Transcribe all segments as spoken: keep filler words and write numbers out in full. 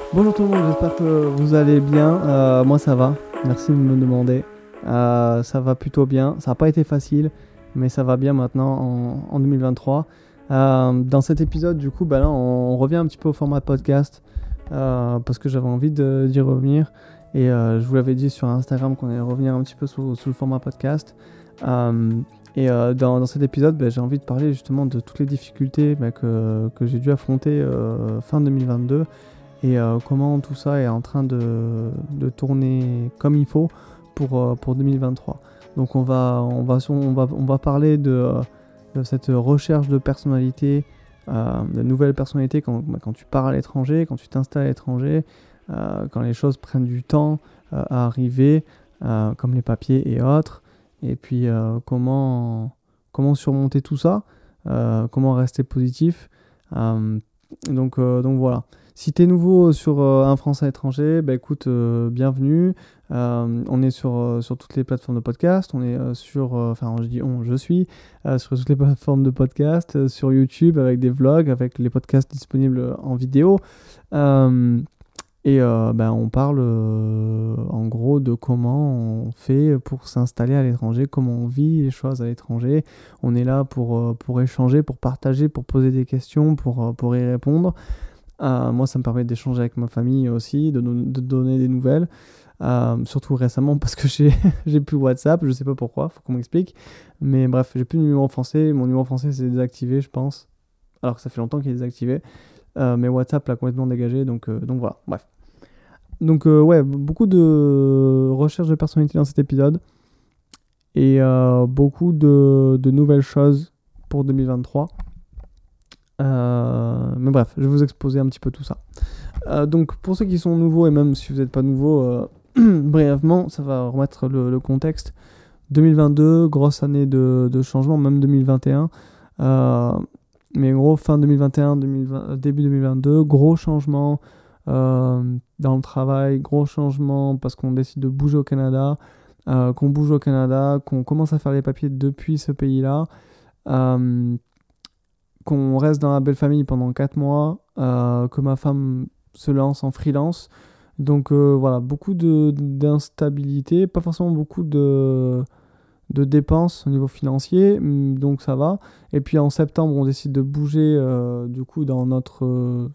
Bonjour tout le monde, j'espère que vous allez bien. Euh, moi ça va, merci de me demander. Euh, ça va plutôt bien, ça n'a pas été facile, mais ça va bien maintenant en, en deux mille vingt-trois. Euh, dans cet épisode, du coup, bah là, on, on revient un petit peu au format podcast euh, parce que j'avais envie de, d'y revenir. Et euh, je vous l'avais dit sur Instagram qu'on allait revenir un petit peu sous, sous le format podcast. Euh, et euh, dans, dans cet épisode, bah, j'ai envie de parler justement de toutes les difficultés bah, que, que j'ai dû affronter euh, fin deux mille vingt-deux et euh, comment tout ça est en train de, de tourner comme il faut pour, euh, pour deux mille vingt-trois. Donc on va, on va, on va, on va parler de, de cette recherche de personnalité, euh, de nouvelles personnalités quand, bah, quand tu pars à l'étranger, quand tu t'installes à l'étranger, euh, quand les choses prennent du temps euh, à arriver, euh, comme les papiers et autres. Et puis euh, comment, comment surmonter tout ça, euh, comment rester positif. Euh, donc, euh, donc voilà. Si tu es nouveau sur euh, un français étranger, bah écoute, euh, bienvenue. Euh, on est sur, euh, sur toutes les plateformes de podcast. On est euh, sur, euh, enfin je dis on, je suis euh, sur toutes les plateformes de podcast, euh, sur YouTube avec des vlogs, avec les podcasts disponibles en vidéo. Euh, et euh, bah, on parle euh, en gros de comment on fait pour s'installer à l'étranger, comment on vit les choses à l'étranger. On est là pour, euh, pour échanger, pour partager, pour poser des questions, pour, euh, pour y répondre. Euh, moi, ça me permet d'échanger avec ma famille aussi, de, de donner des nouvelles. Euh, surtout récemment parce que j'ai, j'ai plus WhatsApp, je sais pas pourquoi, faut qu'on m'explique. Mais bref, j'ai plus de numéro français. Mon numéro français c'est désactivé, je pense. Alors que ça fait longtemps qu'il est désactivé. Euh, mais WhatsApp l'a complètement dégagé, donc, euh, donc voilà, bref. Donc euh, ouais, beaucoup de recherche de personnalité dans cet épisode. Et euh, beaucoup de, de nouvelles choses pour deux mille vingt-trois. Euh, mais bref, je vais vous exposer un petit peu tout ça. Euh, donc pour ceux qui sont nouveaux, et même si vous n'êtes pas nouveau, euh, brièvement, ça va remettre le, le contexte. deux mille vingt-deux, grosse année de, de changement, même deux mille vingt et un. Euh, mais en gros, fin deux mille vingt et un, deux mille vingt, début deux mille vingt-deux, gros changement euh, dans le travail, gros changement parce qu'on décide de bouger au Canada, euh, qu'on bouge au Canada, qu'on commence à faire les papiers depuis ce pays-là. Euh, qu'on reste dans la belle famille pendant quatre mois, euh, que ma femme se lance en freelance. Donc euh, voilà, beaucoup de, d'instabilité, pas forcément beaucoup de, de dépenses au niveau financier, donc ça va. Et puis en septembre, on décide de bouger euh, du coup dans notre euh,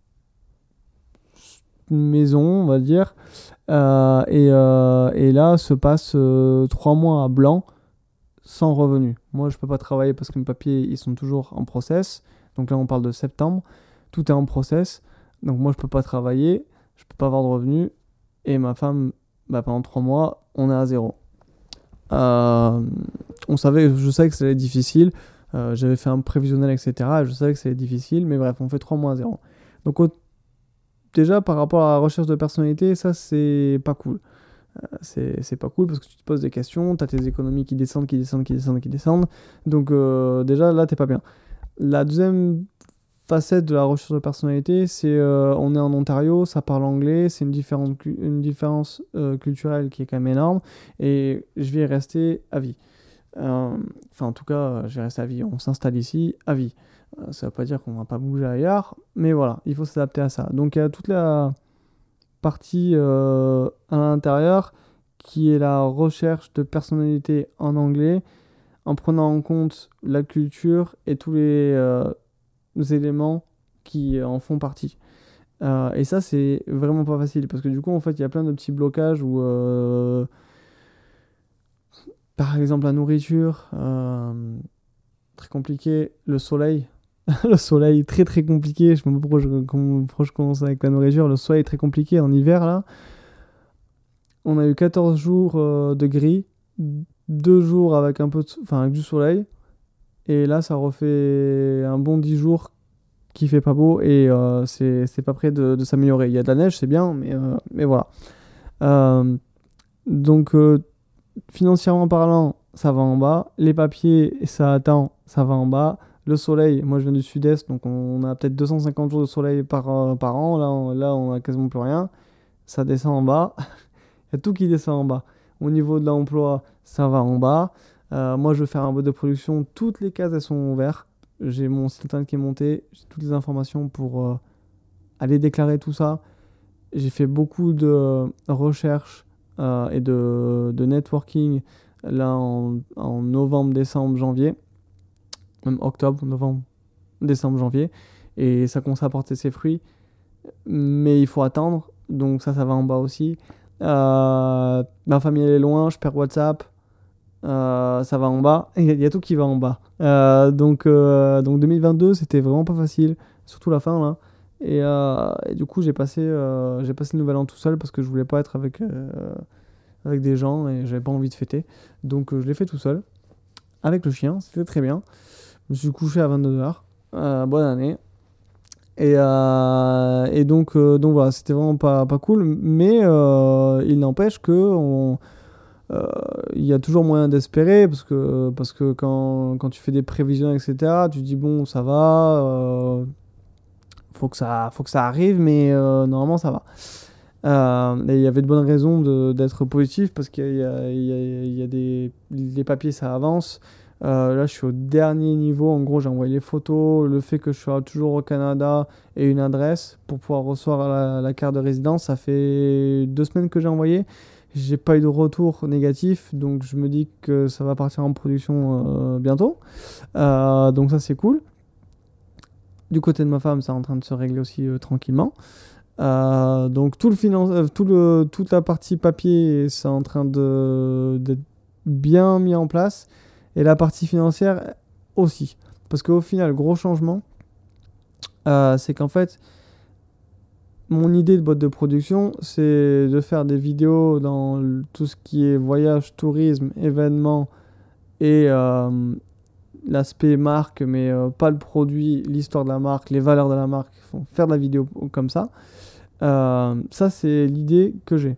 maison, on va dire. Euh, et, euh, et là se passe euh, trois mois à blanc sans revenu. Moi, je peux pas travailler parce que mes papiers, ils sont toujours en process. Donc là, on parle de septembre. Tout est en process. Donc moi, je peux pas travailler. Je peux pas avoir de revenus. Et ma femme, bah, pendant trois mois, on est à zéro. Euh, on savait, je savais que ça allait être difficile. Euh, j'avais fait un prévisionnel, et cetera. Et je savais que ça allait être difficile. Mais bref, on fait trois mois à zéro. Donc au- déjà, par rapport à la recherche de personnalité, ça, c'est pas cool. C'est, c'est pas cool parce que tu te poses des questions, t'as tes économies qui descendent, qui descendent, qui descendent, qui descendent. Donc euh, déjà là t'es pas bien. La deuxième facette de la recherche de personnalité, c'est euh, on est en Ontario, ça parle anglais, c'est une, différente, une différence euh, culturelle qui est quand même énorme et je vais y rester à vie. Euh, Enfin en tout cas je vais rester à vie, on s'installe ici à vie. Euh, ça veut pas dire qu'on va pas bouger ailleurs, mais voilà, il faut s'adapter à ça. Donc il y a toute la partie euh, à l'intérieur qui est la recherche de personnalité en anglais en prenant en compte la culture et tous les euh, éléments qui en font partie. Euh, et ça, c'est vraiment pas facile parce que du coup, en fait, il y a plein de petits blocages où, euh, par exemple, la nourriture, euh, très compliqué, le soleil. Le soleil, très très compliqué. Je sais pas pourquoi je, pourquoi je commence avec la nourriture. Le soleil, très compliqué en hiver là. On a eu quatorze jours euh, de gris, deux jours avec un peu de, enfin, avec du soleil. Et là, ça refait un bon dix jours qui fait pas beau et euh, c'est, c'est pas prêt de, de s'améliorer. Il y a de la neige, c'est bien, mais, euh, mais voilà. Euh, donc, euh, financièrement parlant, ça va en bas. Les papiers, ça attend, ça va en bas. Le soleil, moi je viens du sud-est, donc on a peut-être deux cent cinquante jours de soleil par, euh, par an. Là on, là, on a quasiment plus rien. Ça descend en bas. Il y a tout qui descend en bas. Au niveau de l'emploi, ça va en bas. Euh, moi, je veux faire un mode de production. Toutes les cases, elles sont ouvertes. J'ai mon site internet qui est monté. J'ai toutes les informations pour euh, aller déclarer tout ça. j'ai fait beaucoup de recherches euh, et de, de networking là en, en novembre, décembre, janvier, même octobre, novembre, décembre, janvier, et ça commence à porter ses fruits, mais il faut attendre, donc ça, ça va en bas aussi. Euh, ma famille elle est loin, je perds WhatsApp, euh, ça va en bas, il y, a- y a tout qui va en bas. Euh, donc, euh, donc deux mille vingt-deux, c'était vraiment pas facile, surtout la fin là. Et, euh, et du coup, j'ai passé, euh, j'ai passé le nouvel an tout seul parce que je voulais pas être avec, euh, avec des gens et j'avais pas envie de fêter. Donc, euh, je l'ai fait tout seul, avec le chien, c'était très bien. Je me suis couché à vingt-deux heures. Euh, bonne année. Et, euh, et donc, euh, donc voilà, c'était vraiment pas, pas cool. Mais euh, il n'empêche que on, euh, il y a toujours moyen d'espérer parce que, parce que quand, quand tu fais des prévisions, et cetera, tu dis bon, ça va, euh, faut que ça, faut que ça arrive, mais euh, normalement ça va. Euh, et il y avait de bonnes raisons de- d'être positif parce qu'il y a, il y a- il y a des les papiers, ça avance. Euh, là, je suis au dernier niveau. En gros, j'ai envoyé les photos, le fait que je sois toujours au Canada et une adresse pour pouvoir recevoir la, la carte de résidence. Ça fait deux semaines que j'ai envoyé. J'ai pas eu de retour négatif, donc je me dis que ça va partir en production euh, bientôt. Euh, donc ça, c'est cool. Du côté de ma femme, c'est en train de se régler aussi euh, tranquillement. Euh, donc tout le finan- euh, tout le, toute la partie papier, c'est en train de, d'être bien mis en place. Et la partie financière aussi. Parce qu'au final, gros changement, euh, c'est qu'en fait, mon idée de boîte de production, c'est de faire des vidéos dans le- tout ce qui est voyage, tourisme, événements et euh, l'aspect marque, mais euh, pas le produit, l'histoire de la marque, les valeurs de la marque. Faut faire de la vidéo comme ça. Euh, ça, c'est l'idée que j'ai.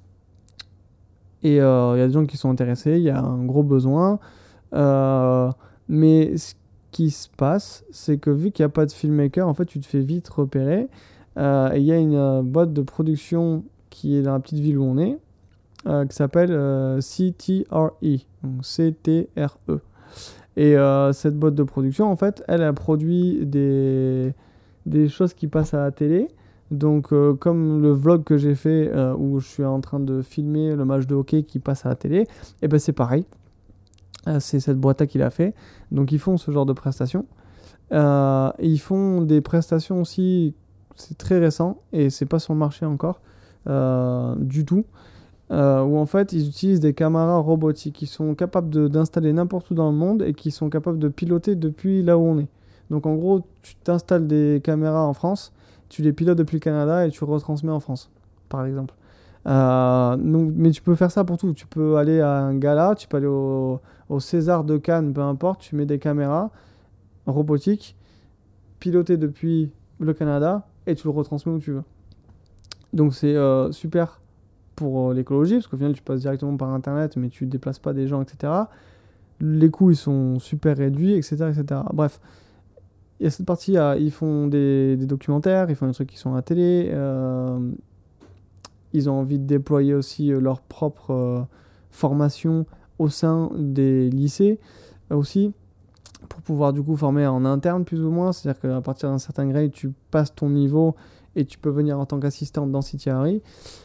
Et il euh, y a des gens qui sont intéressés, il y a un gros besoin. Euh, mais ce qui se passe, c'est que vu qu'il n'y a pas de filmmaker, en fait, tu te fais vite repérer. Euh, et il y a une euh, boîte de production qui est dans la petite ville où on est, euh, qui s'appelle euh, C T R E, donc C T R E. Et euh, cette boîte de production, en fait, elle a produit des, des choses qui passent à la télé. Donc, euh, comme le vlog que j'ai fait euh, où je suis en train de filmer le match de hockey qui passe à la télé, et ben c'est pareil. Euh, c'est cette boîte-là qui l'a fait. Donc, ils font ce genre de prestations. Euh, et ils font des prestations aussi, c'est très récent et c'est pas sur le marché encore euh, du tout. Euh, où en fait ils utilisent des caméras robotiques qui sont capables de- d'installer n'importe où dans le monde et qui sont capables de piloter depuis là où on est. Donc en gros, tu t'installes des caméras en France, tu les pilotes depuis le Canada et tu retransmets en France, par exemple. Euh, donc, mais tu peux faire ça pour tout. Tu peux aller à un gala, tu peux aller au, au César de Cannes, peu importe, tu mets des caméras robotiques pilotées depuis le Canada et tu le retransmets où tu veux. Donc c'est euh, super pour euh, l'écologie, parce qu'au final, tu passes directement par Internet, mais tu ne déplaces pas des gens, et cetera. Les coûts, ils sont super réduits, et cetera, et cetera. Bref, il y a cette partie, euh, ils font des, des documentaires, ils font des trucs qui sont à la télé, euh, ils ont envie de déployer aussi euh, leur propre euh, formation au sein des lycées euh, aussi, pour pouvoir du coup former en interne plus ou moins, c'est-à-dire qu'à partir d'un certain grade, tu passes ton niveau et tu peux venir en tant qu'assistant dans City Harry.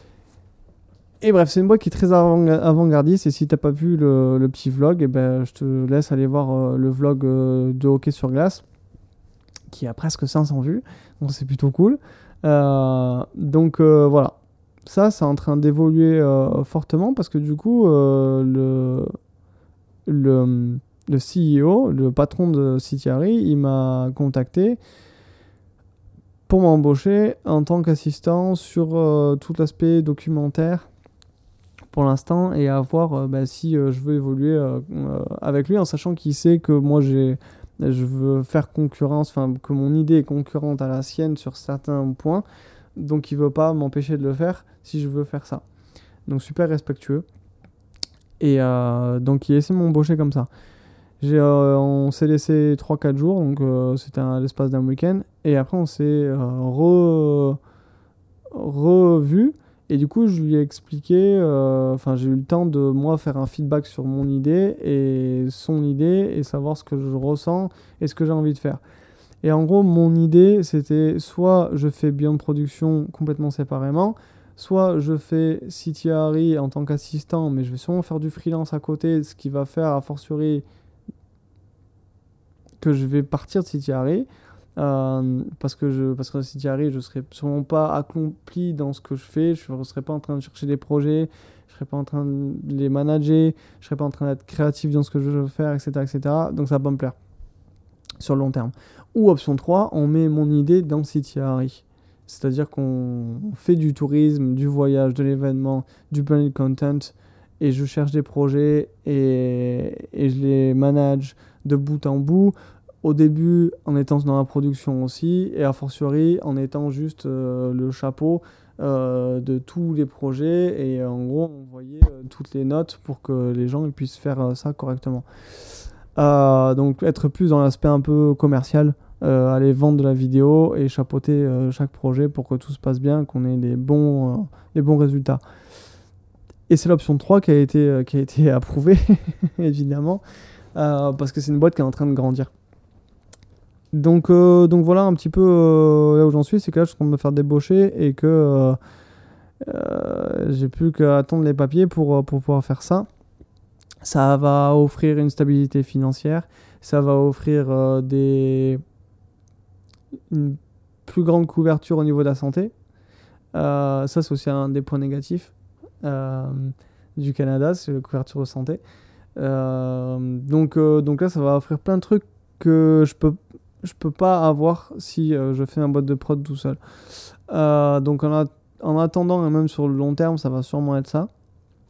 Et bref, c'est une boîte qui est très avant- avant-gardiste. Et si t'as pas vu le, le petit vlog, eh ben, je te laisse aller voir euh, le vlog euh, de hockey sur glace, qui a presque cinq cents vues. Donc c'est plutôt cool. Euh, donc euh, voilà. Ça, c'est en train d'évoluer euh, fortement parce que du coup, euh, le, le, le C E O, le patron de City Harry, il m'a contacté pour m'embaucher en tant qu'assistant sur euh, tout l'aspect documentaire pour l'instant et à voir euh, bah, si euh, je veux évoluer euh, euh, avec lui en sachant qu'il sait que moi j'ai je veux faire concurrence, enfin que mon idée est concurrente à la sienne sur certains points, donc il veut pas m'empêcher de le faire si je veux faire ça. Donc super respectueux et euh, donc il essaie de m'embaucher comme ça. J'ai, euh, on s'est laissé trois quatre jours, donc euh, c'était à l'espace d'un week-end et après on s'est euh, re revu. Et du coup, je lui ai expliqué, euh, enfin, j'ai eu le temps de moi faire un feedback sur mon idée et son idée et savoir ce que je ressens et ce que j'ai envie de faire. Et en gros, mon idée, c'était soit je fais Beyond Production complètement séparément, soit je fais C T R E en tant qu'assistant, mais je vais sûrement faire du freelance à côté, ce qui va faire a fortiori que je vais partir de C T R E. Euh, parce que je parce que C T R E, je serai sûrement pas accompli dans ce que je fais, je ne serai pas en train de chercher des projets, je serai pas en train de les manager, je serai pas en train d'être créatif dans ce que je veux faire, etc., etc. Donc ça va pas me plaire sur le long terme. Ou option trois, on met mon idée dans C T R E. C'est-à-dire qu'on fait du tourisme, du voyage, de l'événement, du branded content, et je cherche des projets et, et je les manage de bout en bout. Au début, en étant dans la production aussi, et a fortiori, en étant juste euh, le chapeau euh, de tous les projets, et en gros, on voyait euh, toutes les notes pour que les gens ils puissent faire euh, ça correctement. Euh, donc, être plus dans l'aspect un peu commercial, euh, aller vendre de la vidéo et chapeauter euh, chaque projet pour que tout se passe bien, qu'on ait des bons, euh, des bons résultats. Et c'est l'option trois qui a été, euh, qui a été approuvée, évidemment, euh, parce que c'est une boîte qui est en train de grandir. Donc, euh, donc voilà un petit peu euh, là où j'en suis, c'est que là je suis en train de me faire débaucher et que euh, euh, j'ai plus qu'à attendre les papiers pour, pour pouvoir faire ça. Ça va offrir une stabilité financière, ça va offrir euh, des... une plus grande couverture au niveau de la santé. Euh, ça c'est aussi un des points négatifs euh, du Canada, c'est la couverture de santé. Euh, donc, euh, donc là ça va offrir plein de trucs que je peux je peux pas avoir si euh, je fais un boîte de prod tout seul. Euh, donc en, a- en attendant, et même sur le long terme, ça va sûrement être ça.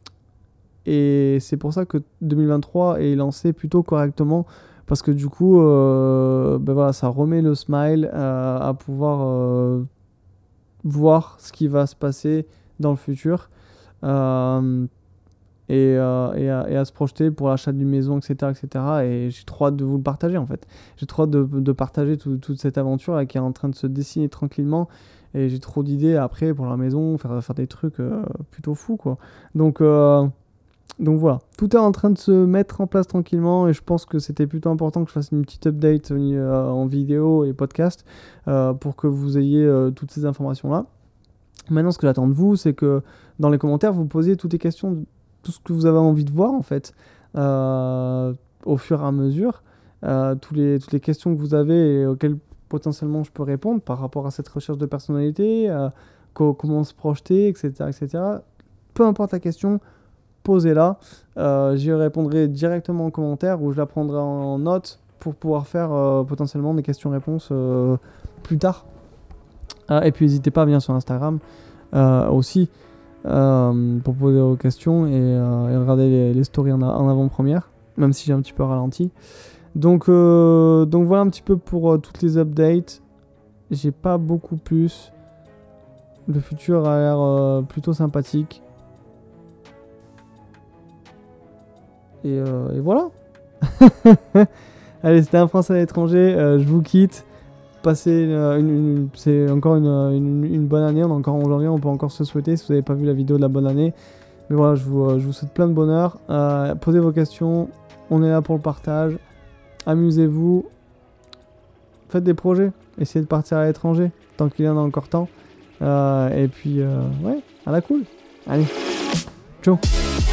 Et c'est pour ça que deux mille vingt-trois est lancé plutôt correctement, parce que du coup, euh, ben voilà, ça remet le smile euh, à pouvoir euh, voir ce qui va se passer dans le futur. Euh, et, euh, et, à, et à se projeter pour l'achat d'une maison, et cetera, et cetera. Et j'ai trop hâte de vous le partager en fait. J'ai trop hâte de, de partager tout- toute cette aventure là, qui est en train de se dessiner tranquillement. Et j'ai trop d'idées après pour la maison, faire, faire des trucs euh, plutôt fous quoi. Donc, euh, donc voilà, tout est en train de se mettre en place tranquillement et je pense que c'était plutôt important que je fasse une petite update euh, en vidéo et podcast euh, pour que vous ayez euh, toutes ces informations là. Maintenant, ce que j'attends de vous, c'est que dans les commentaires, vous posiez toutes les questions, tout ce que vous avez envie de voir, en fait, euh, au fur et à mesure, euh, tous les, toutes les questions que vous avez et auxquelles potentiellement je peux répondre par rapport à cette recherche de personnalité, euh, co- comment se projeter, et cetera, et cetera. Peu importe la question, posez-la. Euh, j'y répondrai directement en commentaire ou je la prendrai en note pour pouvoir faire euh, potentiellement des questions-réponses euh, plus tard. Ah, et puis n'hésitez pas à venir sur Instagram euh, aussi euh, pour poser vos questions et, euh, et regarder les, les stories en, a- en avant-première, même si j'ai un petit peu ralenti. Donc, euh, donc voilà un petit peu pour euh, toutes les updates. J'ai pas beaucoup plus. Le futur a l'air euh, plutôt sympathique. Et, euh, et voilà. Allez, c'était un Français à l'étranger. Euh, je vous quitte. Passez une, une- une- c'est encore une, une- une bonne année. On est encore en janvier, on peut encore se souhaiter si vous n'avez pas vu la vidéo de la bonne année. Mais voilà, je vous, euh, je vous souhaite plein de bonheur. Euh, posez vos questions. On est là pour le partage. Amusez-vous. Faites des projets. Essayez de partir à l'étranger tant qu'il y en a encore temps. Euh, et puis, euh, ouais, à la cool. Allez, ciao.